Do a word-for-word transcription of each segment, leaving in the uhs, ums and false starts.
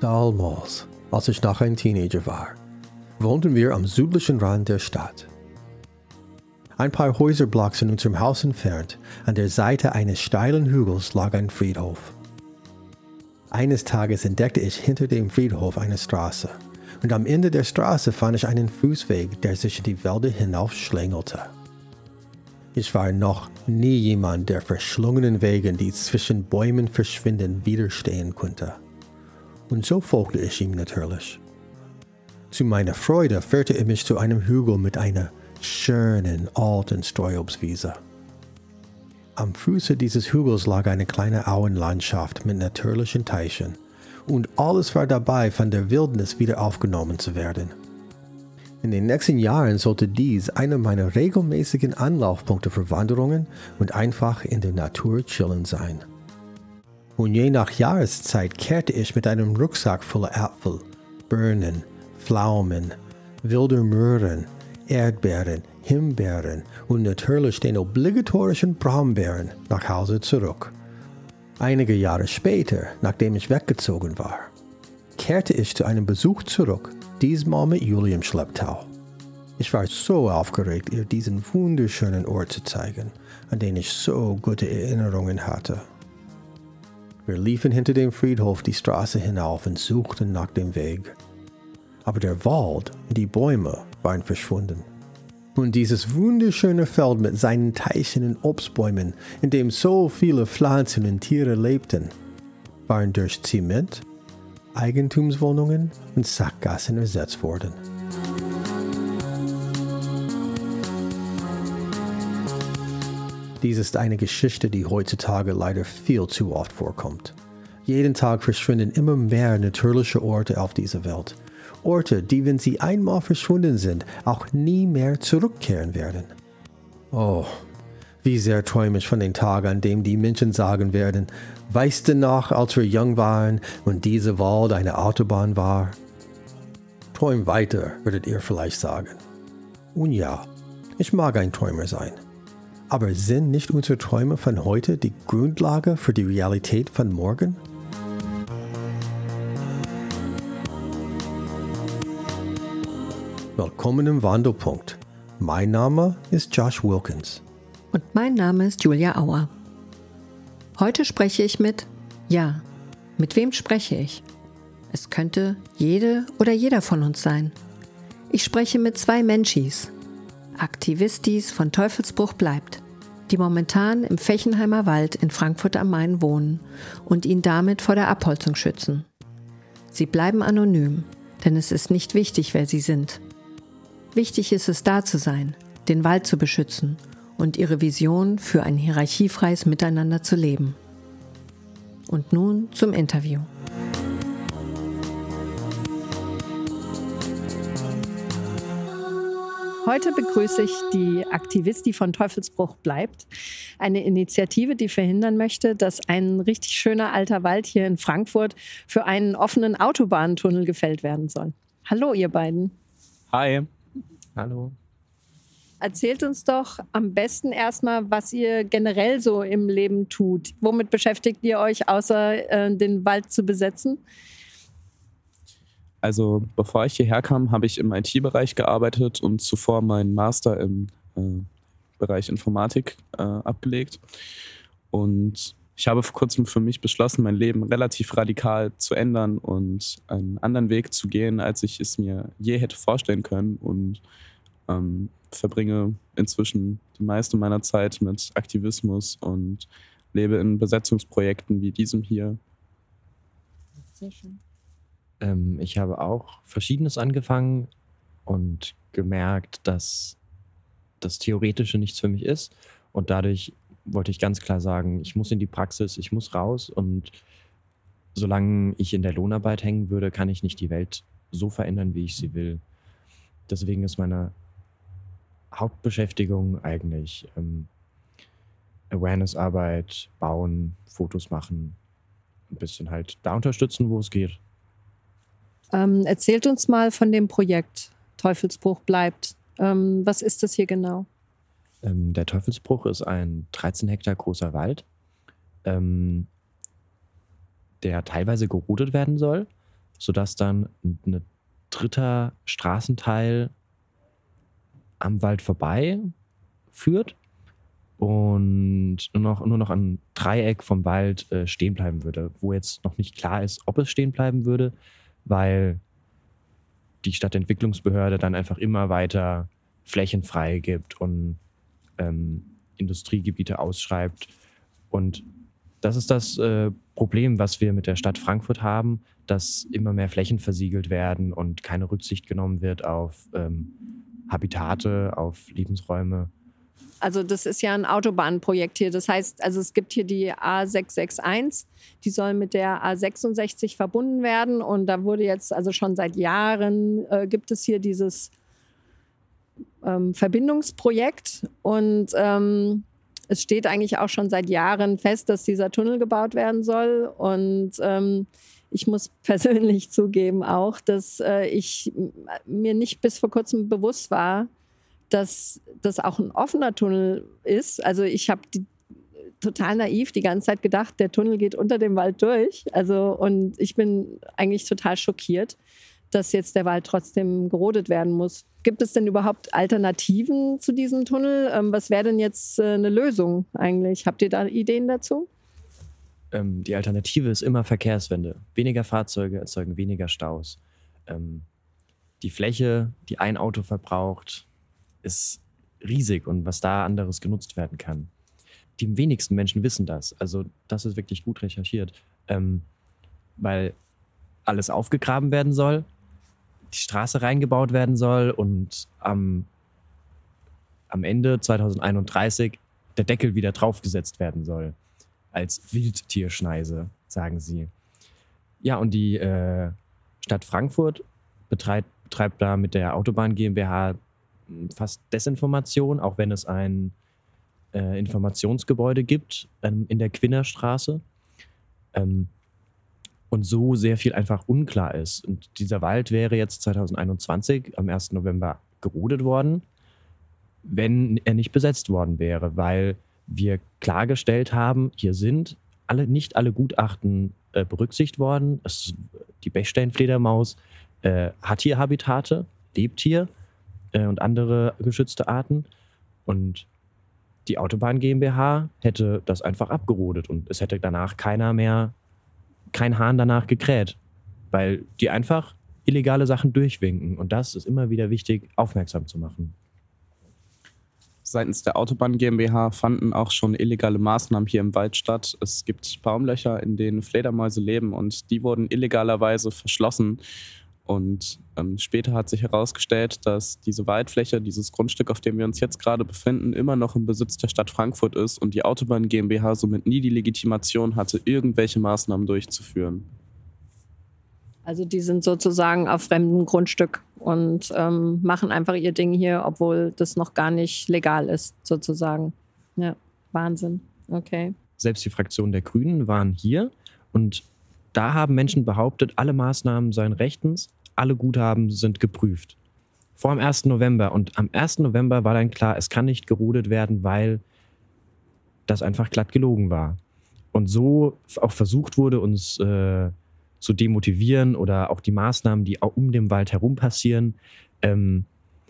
Damals, als ich noch ein Teenager war, wohnten wir am südlichen Rand der Stadt. Ein paar Häuserblocks von unserem Haus entfernt, an der Seite eines steilen Hügels, lag ein Friedhof. Eines Tages entdeckte ich hinter dem Friedhof eine Straße, und am Ende der Straße fand ich einen Fußweg, der sich in die Wälder hinauf schlängelte. Ich war noch nie jemand, der verschlungenen Wegen, die zwischen Bäumen verschwinden, widerstehen konnte. Und so folgte ich ihm natürlich. Zu meiner Freude führte er mich zu einem Hügel mit einer schönen, alten Streuobstwiese. Am Fuße dieses Hügels lag eine kleine Auenlandschaft mit natürlichen Teichen, und alles war dabei, von der Wildnis wieder aufgenommen zu werden. In den nächsten Jahren sollte dies einer meiner regelmäßigen Anlaufpunkte für Wanderungen und einfach in der Natur chillen sein. Und je nach Jahreszeit kehrte ich mit einem Rucksack voller Äpfel, Birnen, Pflaumen, wilder Möhren, Erdbeeren, Himbeeren und natürlich den obligatorischen Brombeeren nach Hause zurück. Einige Jahre später, nachdem ich weggezogen war, kehrte ich zu einem Besuch zurück, diesmal mit Julie im Schlepptau. Ich war so aufgeregt, ihr diesen wunderschönen Ort zu zeigen, an den ich so gute Erinnerungen hatte. Wir liefen hinter dem Friedhof die Straße hinauf und suchten nach dem Weg. Aber der Wald und die Bäume waren verschwunden. Und dieses wunderschöne Feld mit seinen Teichen und Obstbäumen, in dem so viele Pflanzen und Tiere lebten, waren durch Zement, Eigentumswohnungen und Sackgassen ersetzt worden. Dies ist eine Geschichte, die heutzutage leider viel zu oft vorkommt. Jeden Tag verschwinden immer mehr natürliche Orte auf dieser Welt. Orte, die, wenn sie einmal verschwunden sind, auch nie mehr zurückkehren werden. Oh, wie sehr träume ich von den Tagen, an denen die Menschen sagen werden, weißt du noch, als wir jung waren und dieser Wald eine Autobahn war? Träum weiter, würdet ihr vielleicht sagen. Und ja, ich mag ein Träumer sein. Aber sind nicht unsere Träume von heute die Grundlage für die Realität von morgen? Willkommen im Wandelpunkt. Mein Name ist Josh Wilkins. Und mein Name ist Julia Auer. Heute spreche ich mit, ja, mit wem spreche ich? Es könnte jede oder jeder von uns sein. Ich spreche mit zwei Menschis, Aktivistis von Teufelsbruch bleibt, die momentan im Fechenheimer Wald in Frankfurt am Main wohnen und ihn damit vor der Abholzung schützen. Sie bleiben anonym, denn es ist nicht wichtig, wer sie sind. Wichtig ist es, da zu sein, den Wald zu beschützen und ihre Vision für ein hierarchiefreies Miteinander zu leben. Und nun zum Interview. Heute begrüße ich die Aktivisti von Teufelsbruch bleibt, eine Initiative, die verhindern möchte, dass ein richtig schöner alter Wald hier in Frankfurt für einen offenen Autobahntunnel gefällt werden soll. Hallo ihr beiden. Hi. Hallo. Erzählt uns doch am besten erstmal, was ihr generell so im Leben tut. Womit beschäftigt ihr euch, außer äh, den Wald zu besetzen? Also bevor ich hierher kam, habe ich im I T-Bereich gearbeitet und zuvor meinen Master im äh, Bereich Informatik äh, abgelegt. Und ich habe vor kurzem für mich beschlossen, mein Leben relativ radikal zu ändern und einen anderen Weg zu gehen, als ich es mir je hätte vorstellen können. Und ähm, verbringe inzwischen die meiste meiner Zeit mit Aktivismus und lebe in Besetzungsprojekten wie diesem hier. Sehr schön. Ähm, ich habe auch Verschiedenes angefangen und gemerkt, dass das Theoretische nichts für mich ist. Und dadurch wollte ich ganz klar sagen, ich muss in die Praxis, ich muss raus. Und solange ich in der Lohnarbeit hängen würde, kann ich nicht die Welt so verändern, wie ich sie will. Deswegen ist meine Hauptbeschäftigung eigentlich ähm, Awareness-Arbeit, bauen, Fotos machen, ein bisschen halt da unterstützen, wo es geht. Ähm, erzählt uns mal von dem Projekt Teufelsbruch bleibt. Ähm, was ist das hier genau? Ähm, der Teufelsbruch ist ein dreizehn Hektar großer Wald, ähm, der teilweise gerodet werden soll. sodass dann ein dritter Straßenteil am Wald vorbei führt und nur noch, nur noch ein Dreieck vom Wald äh, stehen bleiben würde, wo jetzt noch nicht klar ist, ob es stehen bleiben würde, weil die Stadtentwicklungsbehörde dann einfach immer weiter Flächen freigibt und ähm, Industriegebiete ausschreibt. Und das ist das äh, Problem, was wir mit der Stadt Frankfurt haben, dass immer mehr Flächen versiegelt werden und keine Rücksicht genommen wird auf ähm, Habitate, auf Lebensräume. Also das ist ja ein Autobahnprojekt hier. Das heißt, also es gibt hier die A sechs sechs eins, die soll mit der A sechsundsechzig verbunden werden. Und da wurde jetzt, also schon seit Jahren äh, gibt es hier dieses ähm, Verbindungsprojekt. Und ähm, es steht eigentlich auch schon seit Jahren fest, dass dieser Tunnel gebaut werden soll. Und ähm, ich muss persönlich zugeben auch, dass äh, ich mir nicht bis vor kurzem bewusst war, dass das auch ein offener Tunnel ist. Also ich habe total naiv die ganze Zeit gedacht, der Tunnel geht unter dem Wald durch. Also und ich bin eigentlich total schockiert, dass jetzt der Wald trotzdem gerodet werden muss. Gibt es denn überhaupt Alternativen zu diesem Tunnel? Ähm, was wäre denn jetzt äh, eine Lösung eigentlich? Habt ihr da Ideen dazu? Ähm, die Alternative ist immer Verkehrswende. Weniger Fahrzeuge erzeugen weniger Staus. Ähm, die Fläche, die ein Auto verbraucht, ist riesig und was da anderes genutzt werden kann. Die wenigsten Menschen wissen das. Also das ist wirklich gut recherchiert, ähm, weil alles aufgegraben werden soll, die Straße reingebaut werden soll und am, am Ende zwanzig einunddreißig der Deckel wieder draufgesetzt werden soll. Als Wildtierschneise, sagen sie. Ja, und die äh, Stadt Frankfurt betreibt, betreibt da mit der Autobahn GmbH fast Desinformation, auch wenn es ein äh, Informationsgebäude gibt ähm, in der Quinnerstraße ähm, und so sehr viel einfach unklar ist. Und dieser Wald wäre jetzt zwanzig einundzwanzig am ersten November gerodet worden, wenn er nicht besetzt worden wäre, weil wir klargestellt haben, hier sind alle, nicht alle Gutachten äh, berücksichtigt worden. Es, die Bechsteinfledermaus äh, hat hier Habitate, lebt hier, und andere geschützte Arten. Und die Autobahn GmbH hätte das einfach abgerodet und es hätte danach keiner mehr, kein Hahn danach gekräht, weil die einfach illegale Sachen durchwinken. Und das ist immer wieder wichtig, aufmerksam zu machen. Seitens der Autobahn GmbH fanden auch schon illegale Maßnahmen hier im Wald statt. Es gibt Baumlöcher, in denen Fledermäuse leben und die wurden illegalerweise verschlossen. Und ähm, später hat sich herausgestellt, dass diese Waldfläche, dieses Grundstück, auf dem wir uns jetzt gerade befinden, immer noch im Besitz der Stadt Frankfurt ist und die Autobahn GmbH somit nie die Legitimation hatte, irgendwelche Maßnahmen durchzuführen. Also die sind sozusagen auf fremdem Grundstück und ähm, machen einfach ihr Ding hier, obwohl das noch gar nicht legal ist, sozusagen. Ja, Wahnsinn. Okay. Selbst die Fraktion der Grünen waren hier und da haben Menschen behauptet, alle Maßnahmen seien rechtens, alle Guthaben sind geprüft. Vor dem ersten November. Und am ersten November war dann klar, es kann nicht gerodet werden, weil das einfach glatt gelogen war. Und so auch versucht wurde, uns äh, zu demotivieren oder auch die Maßnahmen, die auch um den Wald herum passieren, ähm,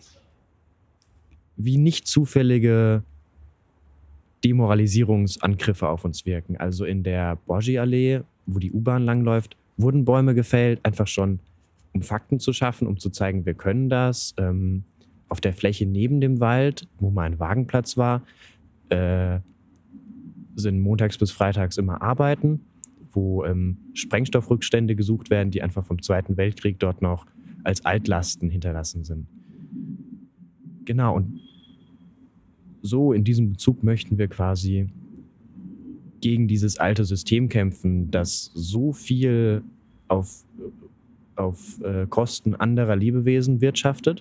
wie nicht zufällige Demoralisierungsangriffe auf uns wirken. Also in der Borgy-Allee, wo die U-Bahn langläuft, wurden Bäume gefällt, einfach schon um Fakten zu schaffen, um zu zeigen, wir können das. Ähm, auf der Fläche neben dem Wald, wo mal ein Wagenplatz war, äh, sind montags bis freitags immer Arbeiten, wo ähm, Sprengstoffrückstände gesucht werden, die einfach vom Zweiten Weltkrieg dort noch als Altlasten hinterlassen sind. Genau, und so in diesem Bezug möchten wir quasi gegen dieses alte System kämpfen, das so viel auf, auf äh, Kosten anderer Lebewesen wirtschaftet.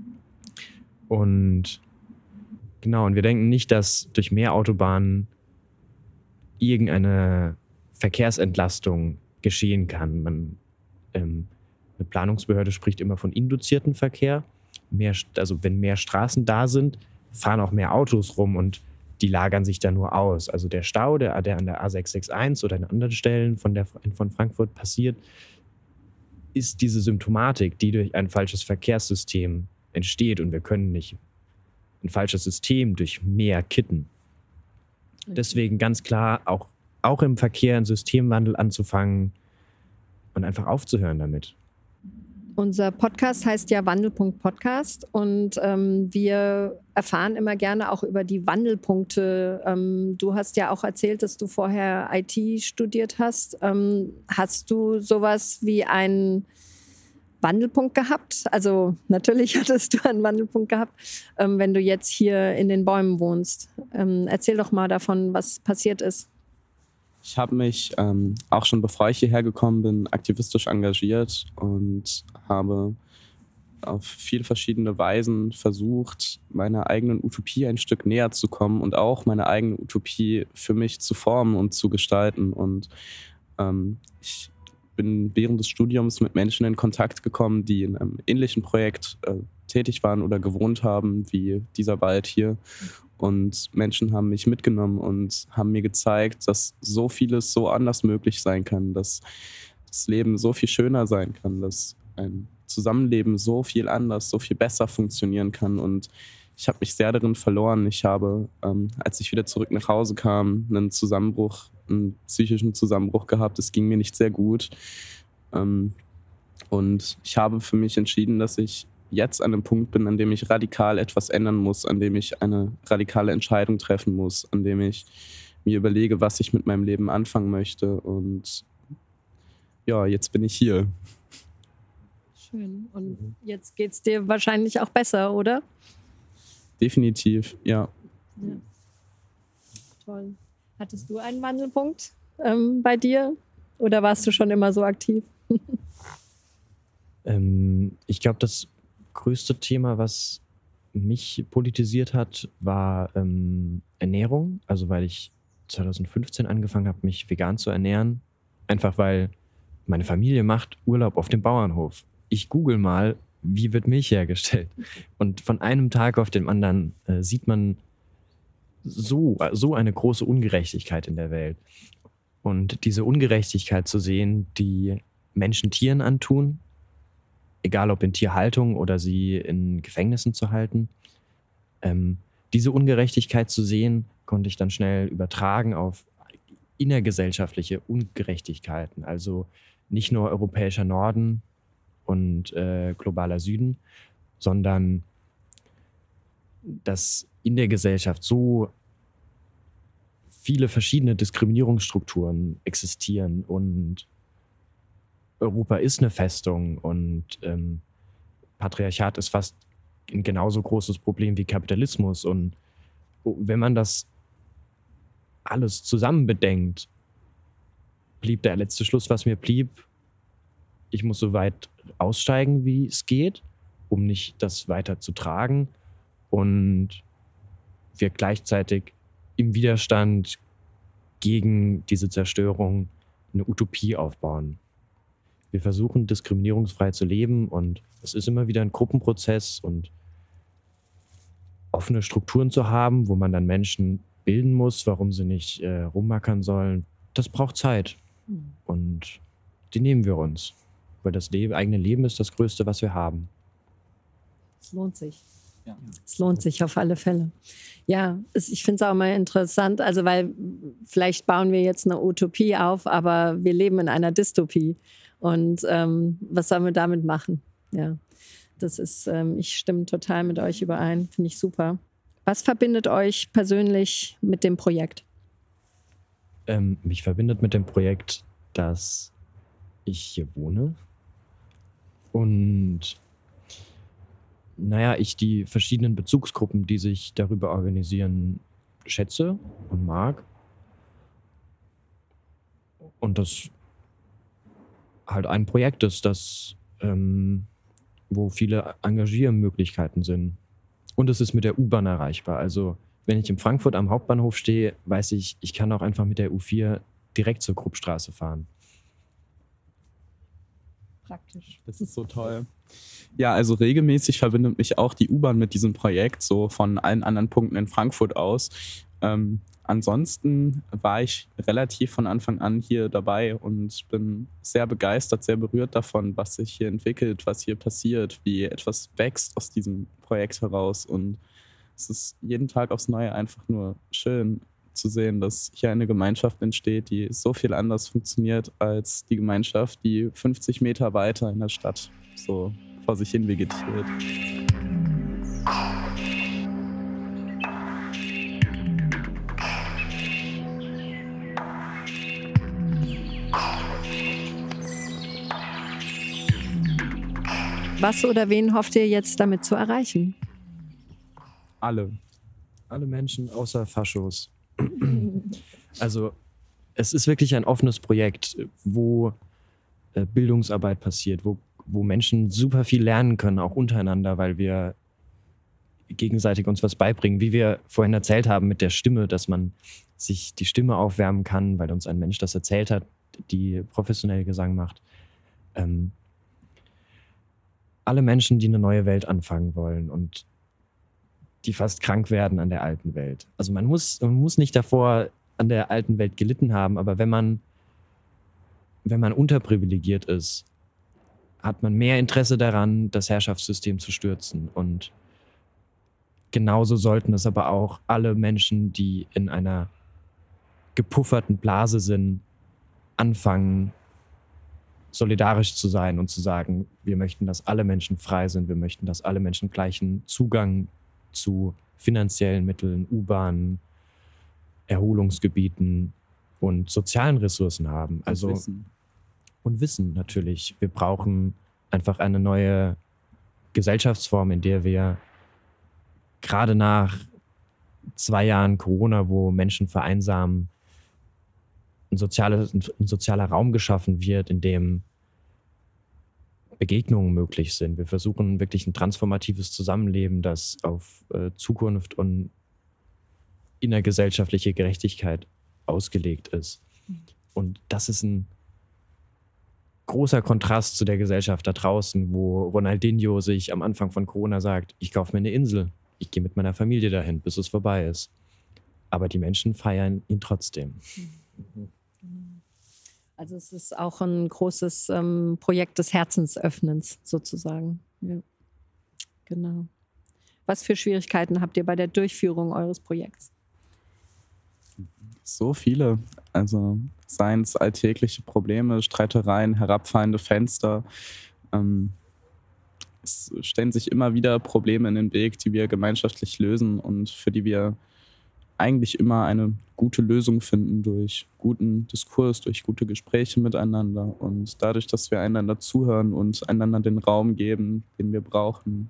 Und genau, und wir denken nicht, dass durch mehr Autobahnen irgendeine Verkehrsentlastung geschehen kann. Man, ähm, eine Planungsbehörde spricht immer von induziertem Verkehr. Mehr, also wenn mehr Straßen da sind, fahren auch mehr Autos rum und die lagern sich da nur aus. Also der Stau, der, der an der A sechs sechs eins oder an anderen Stellen von, der, von Frankfurt passiert, ist diese Symptomatik, die durch ein falsches Verkehrssystem entsteht, und wir können nicht ein falsches System durch mehr kitten. Deswegen ganz klar auch, auch im Verkehr einen Systemwandel anzufangen und einfach aufzuhören damit. Unser Podcast heißt ja Wandelpunkt Podcast und ähm, wir erfahren immer gerne auch über die Wandelpunkte. Ähm, du hast ja auch erzählt, dass du vorher I T studiert hast. Ähm, hast du sowas wie einen Wandelpunkt gehabt? Also natürlich hattest du einen Wandelpunkt gehabt, ähm, wenn du jetzt hier in den Bäumen wohnst. Ähm, erzähl doch mal davon, was passiert ist. Ich habe mich ähm, auch schon, bevor ich hierher gekommen bin, aktivistisch engagiert und habe auf viele verschiedene Weisen versucht, meiner eigenen Utopie ein Stück näher zu kommen und auch meine eigene Utopie für mich zu formen und zu gestalten. Und ähm, ich bin während des Studiums mit Menschen in Kontakt gekommen, die in einem ähnlichen Projekt äh, tätig waren oder gewohnt haben, wie dieser Wald hier. Und Menschen haben mich mitgenommen und haben mir gezeigt, dass so vieles so anders möglich sein kann, dass das Leben so viel schöner sein kann, dass ein Zusammenleben so viel anders, so viel besser funktionieren kann. Und ich habe mich sehr darin verloren. Ich habe, ähm, als ich wieder zurück nach Hause kam, einen Zusammenbruch, einen psychischen Zusammenbruch gehabt. Es ging mir nicht sehr gut. Ähm, und ich habe für mich entschieden, dass ich jetzt an einem Punkt bin, an dem ich radikal etwas ändern muss, an dem ich eine radikale Entscheidung treffen muss, an dem ich mir überlege, was ich mit meinem Leben anfangen möchte. Und ja, jetzt bin ich hier. Schön. Und jetzt geht es dir wahrscheinlich auch besser, oder? Definitiv, ja. Ja. Toll. Hattest du einen Wandelpunkt ähm, bei dir? Oder warst du schon immer so aktiv? ähm, ich glaube, das größte Thema, was mich politisiert hat, war ähm, Ernährung. Also weil ich zwanzig fünfzehn angefangen habe, mich vegan zu ernähren. Einfach weil meine Familie macht Urlaub auf dem Bauernhof. Ich google mal, wie wird Milch hergestellt? Und von einem Tag auf den anderen äh, sieht man so, so eine große Ungerechtigkeit in der Welt. Und diese Ungerechtigkeit zu sehen, die Menschen Tieren antun, egal ob in Tierhaltung oder sie in Gefängnissen zu halten. Ähm, diese Ungerechtigkeit zu sehen, konnte ich dann schnell übertragen auf innergesellschaftliche Ungerechtigkeiten. Also nicht nur europäischer Norden und äh, globaler Süden, sondern dass in der Gesellschaft so viele verschiedene Diskriminierungsstrukturen existieren und Europa ist eine Festung und ähm, Patriarchat ist fast ein genauso großes Problem wie Kapitalismus. Und wenn man das alles zusammen bedenkt, blieb der letzte Schluss, was mir blieb, ich muss so weit aussteigen, wie es geht, um nicht das weiter zu tragen. Und wir gleichzeitig im Widerstand gegen diese Zerstörung eine Utopie aufbauen. Wir versuchen, diskriminierungsfrei zu leben und es ist immer wieder ein Gruppenprozess und offene Strukturen zu haben, wo man dann Menschen bilden muss, warum sie nicht äh, rummackern sollen. Das braucht Zeit und die nehmen wir uns, weil das Leben, eigene Leben ist das Größte, was wir haben. Es lohnt sich. Ja. Es lohnt sich auf alle Fälle. Ja, es, ich finde es auch mal interessant, also weil vielleicht bauen wir jetzt eine Utopie auf, aber wir leben in einer Dystopie. Und ähm, was sollen wir damit machen? Ja, das ist, ähm, ich stimme total mit euch überein, finde ich super. Was verbindet euch persönlich mit dem Projekt? Ähm, mich verbindet mit dem Projekt, dass ich hier wohne und naja, ich die verschiedenen Bezugsgruppen, die sich darüber organisieren, schätze und mag. Und das halt ein Projekt ist, das, ähm, wo viele Engagiermöglichkeiten sind. Und es ist mit der U-Bahn erreichbar. Also wenn ich in Frankfurt am Hauptbahnhof stehe, weiß ich, ich kann auch einfach mit der U vier direkt zur Kruppstraße fahren. Praktisch. Das ist so toll. Ja, also regelmäßig verbindet mich auch die U-Bahn mit diesem Projekt, so von allen anderen Punkten in Frankfurt aus. Ähm, ansonsten war ich relativ von Anfang an hier dabei und bin sehr begeistert, sehr berührt davon, was sich hier entwickelt, was hier passiert, wie etwas wächst aus diesem Projekt heraus. Und es ist jeden Tag aufs Neue einfach nur schön zu sehen, dass hier eine Gemeinschaft entsteht, die so viel anders funktioniert als die Gemeinschaft, die fünfzig Meter weiter in der Stadt so vor sich hin vegetiert. Was oder wen hofft ihr jetzt damit zu erreichen? Alle. Alle Menschen außer Faschos. Also es ist wirklich ein offenes Projekt, wo äh, Bildungsarbeit passiert, wo, wo Menschen super viel lernen können, auch untereinander, weil wir gegenseitig uns was beibringen. Wie wir vorhin erzählt haben mit der Stimme, dass man sich die Stimme aufwärmen kann, weil uns ein Mensch das erzählt hat, die professionell Gesang macht. Ähm, alle Menschen, die eine neue Welt anfangen wollen und die fast krank werden an der alten Welt. Also man muss, man muss nicht davor an der alten Welt gelitten haben, aber wenn man, wenn man unterprivilegiert ist, hat man mehr Interesse daran, das Herrschaftssystem zu stürzen. Und genauso sollten es aber auch alle Menschen, die in einer gepufferten Blase sind, anfangen, solidarisch zu sein und zu sagen, wir möchten, dass alle Menschen frei sind, wir möchten, dass alle Menschen gleichen Zugang zu finanziellen Mitteln, U-Bahnen, Erholungsgebieten und sozialen Ressourcen haben. Also, Und Wissen. Und Wissen natürlich. Wir brauchen einfach eine neue Gesellschaftsform, in der wir gerade nach zwei Jahren Corona, wo Menschen vereinsamen, ein, soziales, ein sozialer Raum geschaffen wird, in dem Begegnungen möglich sind. Wir versuchen wirklich ein transformatives Zusammenleben, das auf äh, Zukunft und innergesellschaftliche Gerechtigkeit ausgelegt ist. Und das ist ein großer Kontrast zu der Gesellschaft da draußen, wo Ronaldinho sich am Anfang von Corona sagt, ich kaufe mir eine Insel, ich gehe mit meiner Familie dahin, bis es vorbei ist. Aber die Menschen feiern ihn trotzdem. Also es ist auch ein großes ähm, Projekt des Herzensöffnens sozusagen. Ja. Genau. Was für Schwierigkeiten habt ihr bei der Durchführung eures Projekts? So viele. Also seien es alltägliche Probleme, Streitereien, herabfallende Fenster. Ähm, es stellen sich immer wieder Probleme in den Weg, die wir gemeinschaftlich lösen und für die wir eigentlich immer eine gute Lösung finden durch guten Diskurs, durch gute Gespräche miteinander und dadurch, dass wir einander zuhören und einander den Raum geben, den wir brauchen.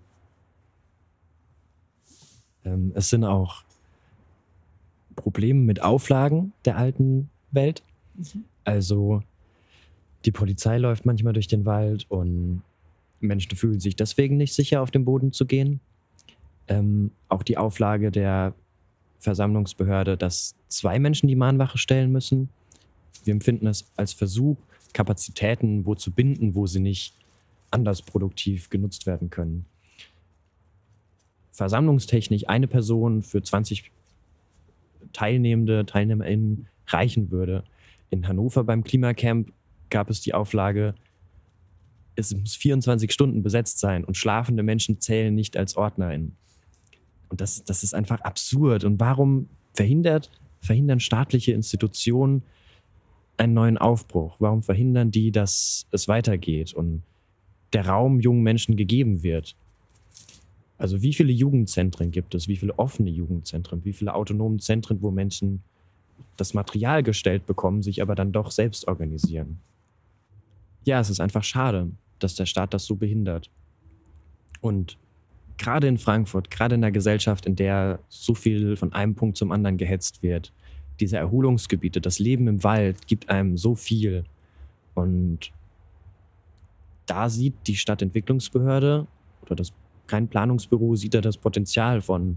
Ähm, es sind auch Probleme mit Auflagen der alten Welt. Mhm. Also die Polizei läuft manchmal durch den Wald und Menschen fühlen sich deswegen nicht sicher, auf dem Boden zu gehen. Ähm, auch die Auflage der Versammlungsbehörde, dass zwei Menschen die Mahnwache stellen müssen. Wir empfinden es als Versuch, Kapazitäten wo zu binden, wo sie nicht anders produktiv genutzt werden können. Versammlungstechnisch eine Person für zwanzig Teilnehmende, TeilnehmerInnen reichen würde. In Hannover beim Klimacamp gab es die Auflage, es muss vierundzwanzig Stunden besetzt sein und schlafende Menschen zählen nicht als OrdnerInnen. Und das, das ist einfach absurd. Und warum verhindert, verhindern staatliche Institutionen einen neuen Aufbruch? Warum verhindern die, dass es weitergeht und der Raum jungen Menschen gegeben wird? Also wie viele Jugendzentren gibt es? Wie viele offene Jugendzentren? Wie viele autonome Zentren, wo Menschen das Material gestellt bekommen, sich aber dann doch selbst organisieren? Ja, es ist einfach schade, dass der Staat das so behindert. Und gerade in Frankfurt, gerade in einer Gesellschaft, in der so viel von einem Punkt zum anderen gehetzt wird, diese Erholungsgebiete, das Leben im Wald gibt einem so viel. Und da sieht die Stadtentwicklungsbehörde oder das kein Planungsbüro sieht da das Potenzial von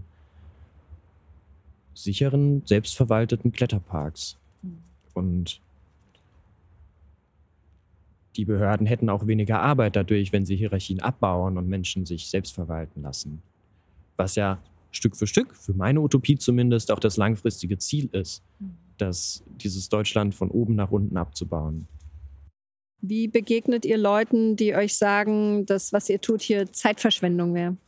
sicheren, selbstverwalteten Kletterparks. Und die Behörden hätten auch weniger Arbeit dadurch, wenn sie Hierarchien abbauen und Menschen sich selbst verwalten lassen. Was ja Stück für Stück, für meine Utopie zumindest, auch das langfristige Ziel ist, dass dieses Deutschland von oben nach unten abzubauen. Wie begegnet ihr Leuten, die euch sagen, dass was ihr tut hier Zeitverschwendung wäre?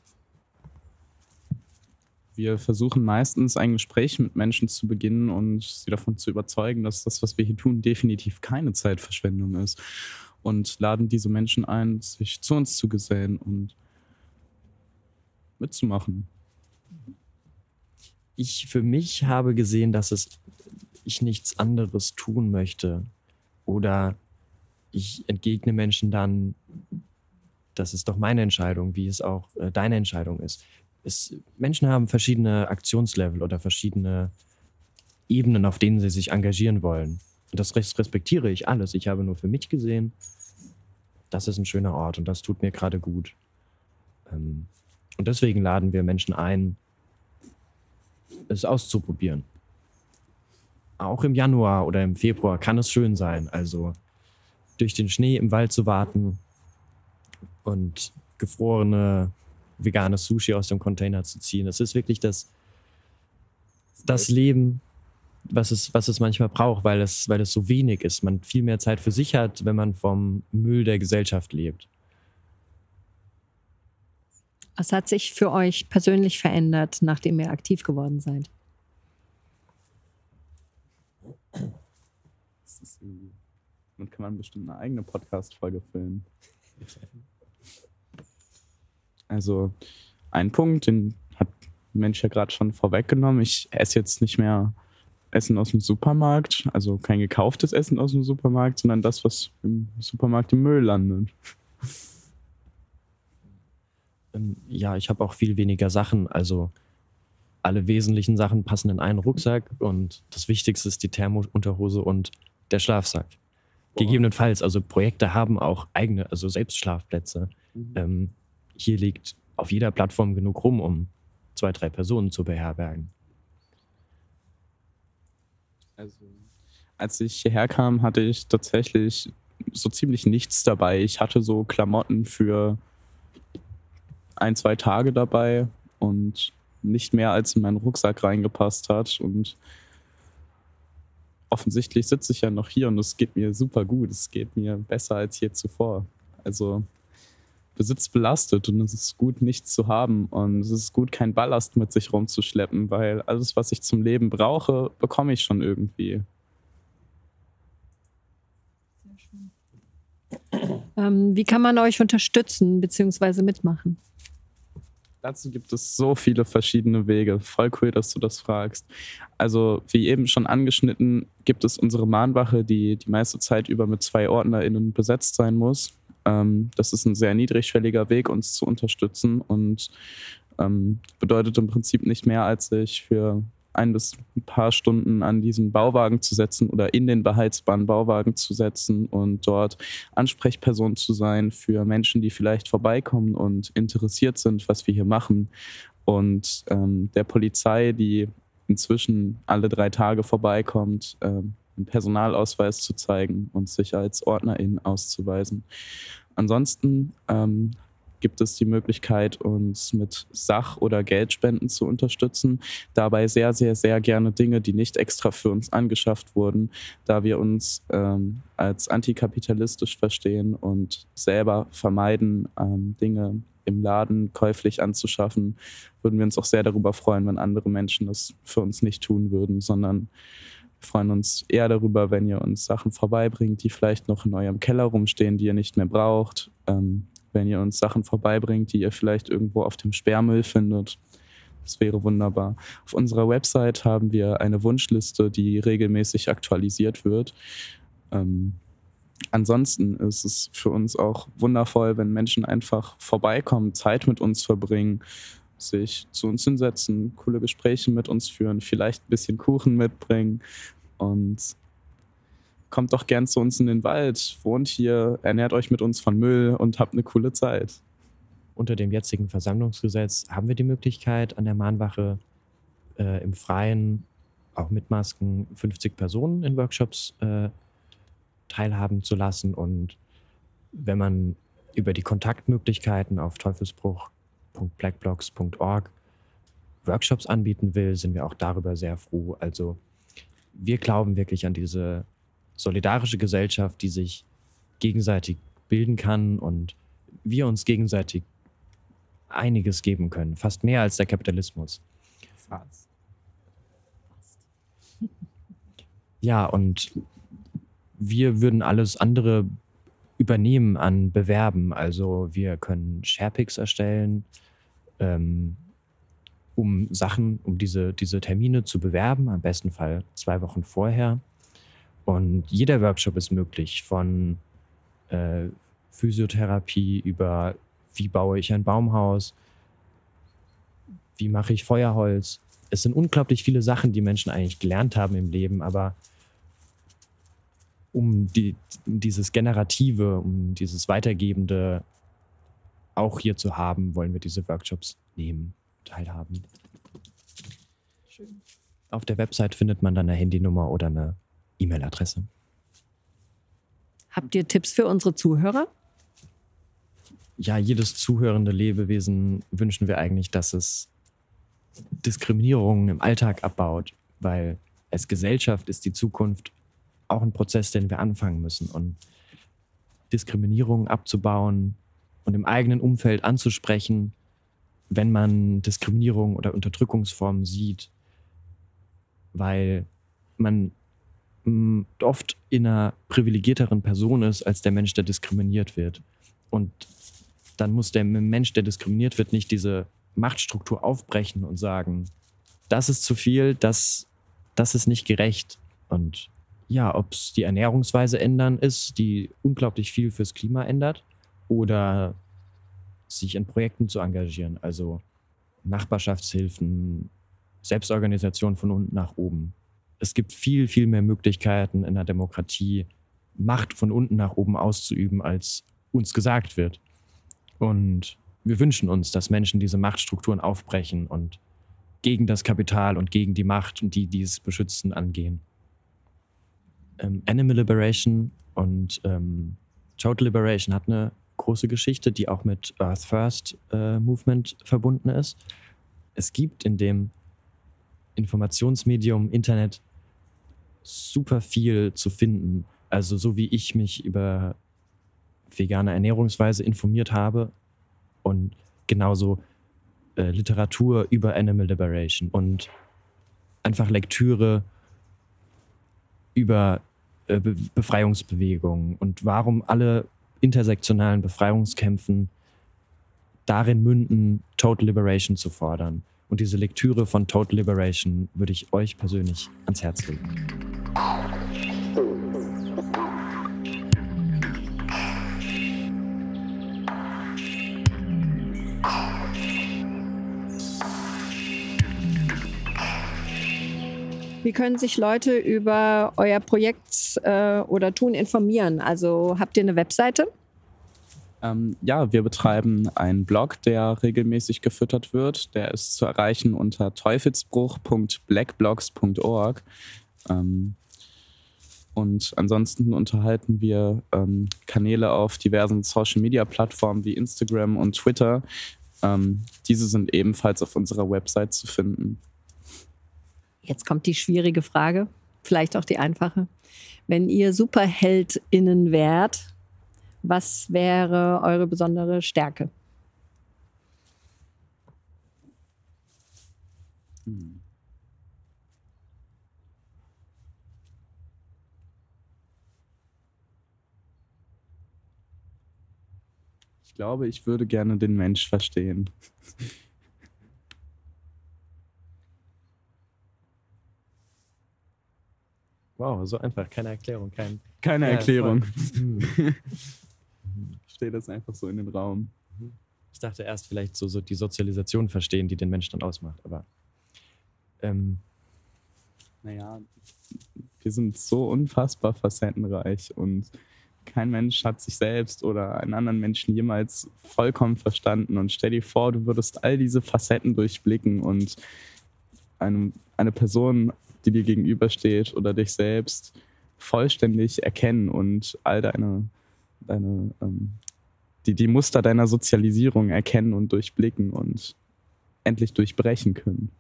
Wir versuchen meistens ein Gespräch mit Menschen zu beginnen und sie davon zu überzeugen, dass das, was wir hier tun, definitiv keine Zeitverschwendung ist. Und laden diese Menschen ein, sich zu uns zu gesellen und mitzumachen. Ich für mich habe gesehen, dass es, ich nichts anderes tun möchte. Oder ich entgegne Menschen dann, das ist doch meine Entscheidung, wie es auch äh, deine Entscheidung ist. Es, Menschen haben verschiedene Aktionslevel oder verschiedene Ebenen, auf denen sie sich engagieren wollen. Und das respektiere ich alles. Ich habe nur für mich gesehen, das ist ein schöner Ort und das tut mir gerade gut. Ähm, und deswegen laden wir Menschen ein, es auszuprobieren. Auch im Januar oder im Februar kann es schön sein. Also durch den Schnee im Wald zu warten und gefrorene veganes Sushi aus dem Container zu ziehen. Das ist wirklich das, das Leben, was es, was es manchmal braucht, weil es, weil es so wenig ist. Man viel mehr Zeit für sich hat, wenn man vom Müll der Gesellschaft lebt. Was hat sich für euch persönlich verändert, nachdem ihr aktiv geworden seid? Das ist irgendwie, damit kann man bestimmt eine eigene Podcast-Folge füllen. Also ein Punkt, den hat der Mensch ja gerade schon vorweggenommen. Ich esse jetzt nicht mehr Essen aus dem Supermarkt, also kein gekauftes Essen aus dem Supermarkt, sondern das, was im Supermarkt im Müll landet. Ja, ich habe auch viel weniger Sachen, also alle wesentlichen Sachen passen in einen Rucksack und das Wichtigste ist die Thermounterhose und der Schlafsack. Boah. Gegebenenfalls, also Projekte haben auch eigene, also Selbstschlafplätze. Mhm. Ähm, hier liegt auf jeder Plattform genug rum, um zwei, drei Personen zu beherbergen. Also, als ich hierher kam, hatte ich tatsächlich so ziemlich nichts dabei. Ich hatte so Klamotten für ein, zwei Tage dabei und nicht mehr, als in meinen Rucksack reingepasst hat. Und offensichtlich sitze ich ja noch hier und es geht mir super gut. Es geht mir besser als je zuvor. Also Besitz belastet und es ist gut, nichts zu haben. Und es ist gut, kein Ballast mit sich rumzuschleppen, weil alles, was ich zum Leben brauche, bekomme ich schon irgendwie. Sehr schön. Ähm, wie kann man euch unterstützen bzw. mitmachen? Dazu gibt es so viele verschiedene Wege. Voll cool, dass du das fragst. Also wie eben schon angeschnitten, gibt es unsere Mahnwache, die die meiste Zeit über mit zwei OrdnerInnen besetzt sein muss. Ähm, das ist ein sehr niedrigschwelliger Weg, uns zu unterstützen und ähm, bedeutet im Prinzip nicht mehr, als sich für ein bis ein paar Stunden an diesen Bauwagen zu setzen oder in den beheizbaren Bauwagen zu setzen und dort Ansprechperson zu sein für Menschen, die vielleicht vorbeikommen und interessiert sind, was wir hier machen. Und ähm, der Polizei, die inzwischen alle drei Tage vorbeikommt, ähm, einen Personalausweis zu zeigen und sich als Ordnerin auszuweisen. Ansonsten ähm, gibt es die Möglichkeit, uns mit Sach- oder Geldspenden zu unterstützen. Dabei sehr, sehr, sehr gerne Dinge, die nicht extra für uns angeschafft wurden, da wir uns ähm, als antikapitalistisch verstehen und selber vermeiden, ähm, Dinge im Laden käuflich anzuschaffen, würden wir uns auch sehr darüber freuen, wenn andere Menschen das für uns nicht tun würden, sondern wir freuen uns eher darüber, wenn ihr uns Sachen vorbeibringt, die vielleicht noch in eurem Keller rumstehen, die ihr nicht mehr braucht. Ähm, wenn ihr uns Sachen vorbeibringt, die ihr vielleicht irgendwo auf dem Sperrmüll findet. Das wäre wunderbar. Auf unserer Website haben wir eine Wunschliste, die regelmäßig aktualisiert wird. Ähm, ansonsten ist es für uns auch wundervoll, wenn Menschen einfach vorbeikommen, Zeit mit uns verbringen, sich zu uns hinsetzen, coole Gespräche mit uns führen, vielleicht ein bisschen Kuchen mitbringen und kommt doch gern zu uns in den Wald, wohnt hier, ernährt euch mit uns von Müll und habt eine coole Zeit. Unter dem jetzigen Versammlungsgesetz haben wir die Möglichkeit, an der Mahnwache äh, im Freien, auch mit Masken, fünfzig Personen in Workshops äh, teilhaben zu lassen. Und wenn man über die Kontaktmöglichkeiten auf teufelsbruch punkt blackblocks punkt org Workshops anbieten will, sind wir auch darüber sehr froh. Also wir glauben wirklich an diese solidarische Gesellschaft, die sich gegenseitig bilden kann und wir uns gegenseitig einiges geben können. Fast mehr als der Kapitalismus. Fast. Ja, und wir würden alles andere übernehmen an Bewerben. Also wir können Sharepics erstellen, ähm, um Sachen, um diese, diese Termine zu bewerben, am besten Fall zwei Wochen vorher. Und jeder Workshop ist möglich, von äh, Physiotherapie über wie baue ich ein Baumhaus, wie mache ich Feuerholz. Es sind unglaublich viele Sachen, die Menschen eigentlich gelernt haben im Leben, aber um die, dieses Generative, um dieses Weitergebende auch hier zu haben, wollen wir diese Workshops nehmen, teilhaben. Schön. Auf der Website findet man dann eine Handynummer oder eine E-Mail-Adresse. Habt ihr Tipps für unsere Zuhörer? Ja, jedes zuhörende Lebewesen wünschen wir eigentlich, dass es Diskriminierungen im Alltag abbaut, weil als Gesellschaft ist die Zukunft auch ein Prozess, den wir anfangen müssen. Und Diskriminierungen abzubauen und im eigenen Umfeld anzusprechen, wenn man Diskriminierung oder Unterdrückungsformen sieht, weil man mh, oft in einer privilegierteren Person ist als der Mensch, der diskriminiert wird. Und dann muss der Mensch, der diskriminiert wird, nicht diese Machtstruktur aufbrechen und sagen, das ist zu viel, das, das ist nicht gerecht. Und ja, ob es die Ernährungsweise ändern ist, die unglaublich viel fürs Klima ändert, oder sich in Projekten zu engagieren, also Nachbarschaftshilfen, Selbstorganisation von unten nach oben. Es gibt viel, viel mehr Möglichkeiten in der Demokratie, Macht von unten nach oben auszuüben, als uns gesagt wird. Und wir wünschen uns, dass Menschen diese Machtstrukturen aufbrechen und gegen das Kapital und gegen die Macht und die, die es beschützen, angehen. Ähm, Animal Liberation und ähm, Total Liberation hat eine große Geschichte, die auch mit Earth First äh, Movement verbunden ist. Es gibt in dem Informationsmedium Internet super viel zu finden. Also so wie ich mich über vegane Ernährungsweise informiert habe und genauso äh, Literatur über Animal Liberation und einfach Lektüre über äh, Be- Befreiungsbewegungen und warum alle intersektionalen Befreiungskämpfen darin münden, Total Liberation zu fordern. Und diese Lektüre von Total Liberation würde ich euch persönlich ans Herz legen. Wie können sich Leute über euer Projekt äh, oder Tun informieren? Also habt ihr eine Webseite? Ähm, ja, wir betreiben einen Blog, der regelmäßig gefüttert wird. Der ist zu erreichen unter teufelsbruch punkt blackblogs punkt org. Ähm, und ansonsten unterhalten wir ähm, Kanäle auf diversen Social-Media-Plattformen wie Instagram und Twitter. Ähm, diese sind ebenfalls auf unserer Website zu finden. Jetzt kommt die schwierige Frage, vielleicht auch die einfache. Wenn ihr SuperheldInnen wärt, was wäre eure besondere Stärke? Hm. Ich glaube, ich würde gerne den Mensch verstehen. Wow, so einfach, keine Erklärung, kein... Keine Ja, Erklärung. Hm. Ich stehe das einfach so in den Raum. Ich dachte erst vielleicht so, so die Sozialisation verstehen, die den Menschen dann ausmacht, aber ähm, Naja, wir sind so unfassbar facettenreich und kein Mensch hat sich selbst oder einen anderen Menschen jemals vollkommen verstanden. Und stell dir vor, du würdest all diese Facetten durchblicken und eine, eine Person, die dir gegenübersteht oder dich selbst vollständig erkennen und all deine, deine ähm, die, die Muster deiner Sozialisierung erkennen und durchblicken und endlich durchbrechen können?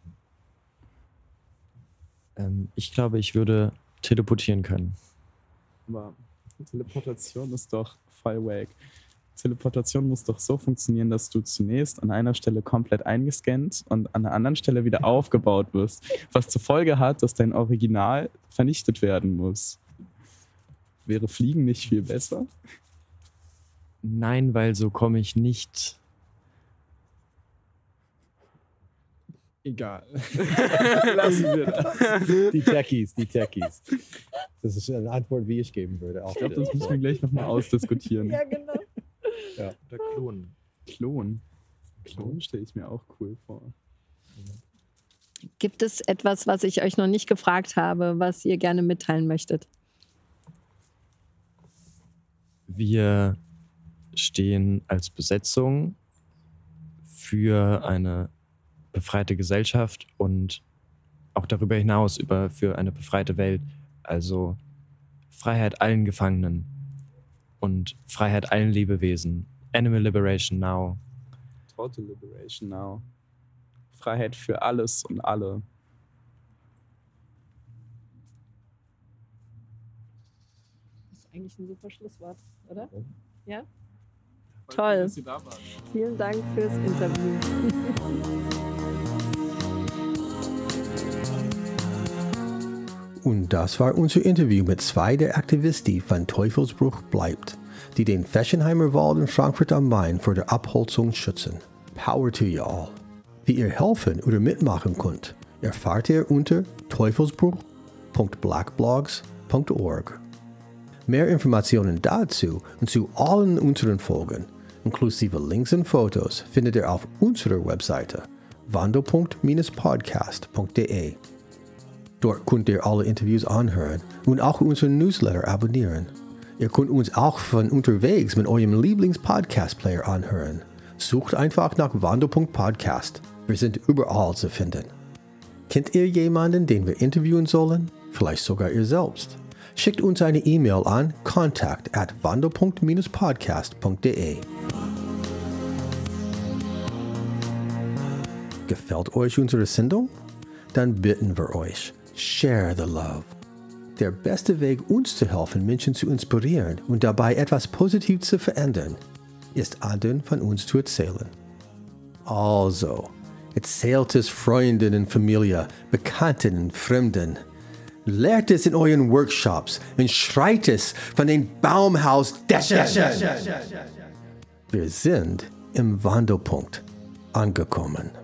Ähm, ich glaube, ich würde teleportieren können. Aber Teleportation ist doch voll wack. Teleportation muss doch so funktionieren, dass du zunächst an einer Stelle komplett eingescannt und an der anderen Stelle wieder aufgebaut wirst. Was zur Folge hat, dass dein Original vernichtet werden muss. Wäre Fliegen nicht viel besser? Nein, weil so komme ich nicht. Egal. Lassen wir das. Die Techies, die Techies. Das ist eine Antwort, wie ich geben würde. Auch ich glaube, das müssen wir gleich nochmal ausdiskutieren. Ja, genau. Ja. Oder klonen. Klon. Klon stelle ich mir auch cool vor. Gibt es etwas, was ich euch noch nicht gefragt habe, was ihr gerne mitteilen möchtet? Wir stehen als Besetzung für eine befreite Gesellschaft und auch darüber hinaus über, für eine befreite Welt. Also Freiheit allen Gefangenen und Freiheit allen Lebewesen. Animal Liberation Now. Total Liberation Now. Freiheit für alles und alle. Das ist eigentlich ein super Schlusswort, oder? Ja? Toll. Dass Sie da waren. Vielen Dank fürs Interview. Und das war unser Interview mit zwei der Aktivisten von Teufelsbruch bleibt, die den Feschenheimer Wald in Frankfurt am Main vor der Abholzung schützen. Power to you all. Wie ihr helfen oder mitmachen könnt, erfahrt ihr unter teufelsbruch punkt blackblogs punkt org. Mehr Informationen dazu und zu allen unseren Folgen, inklusive Links und Fotos, findet ihr auf unserer Webseite wandelpunkt podcast punkt de. Dort könnt ihr alle Interviews anhören und auch unseren Newsletter abonnieren. Ihr könnt uns auch von unterwegs mit eurem Lieblings-Podcast-Player anhören. Sucht einfach nach Wandelpunkt Podcast. Wir sind überall zu finden. Kennt ihr jemanden, den wir interviewen sollen? Vielleicht sogar ihr selbst. Schickt uns eine E-Mail an contact at wandelpunkt podcast punkt de. Gefällt euch unsere Sendung? Dann bitten wir euch, share the love. Der beste Weg, uns zu helfen, Menschen zu inspirieren und dabei etwas positiv zu verändern, ist anderen von uns zu erzählen. Also, erzählt es Freunden und Familie, Bekannten und Fremden. Lehrt es in euren Workshops und schreit es von den Baumhausdächern. Wir sind im Wandelpunkt angekommen.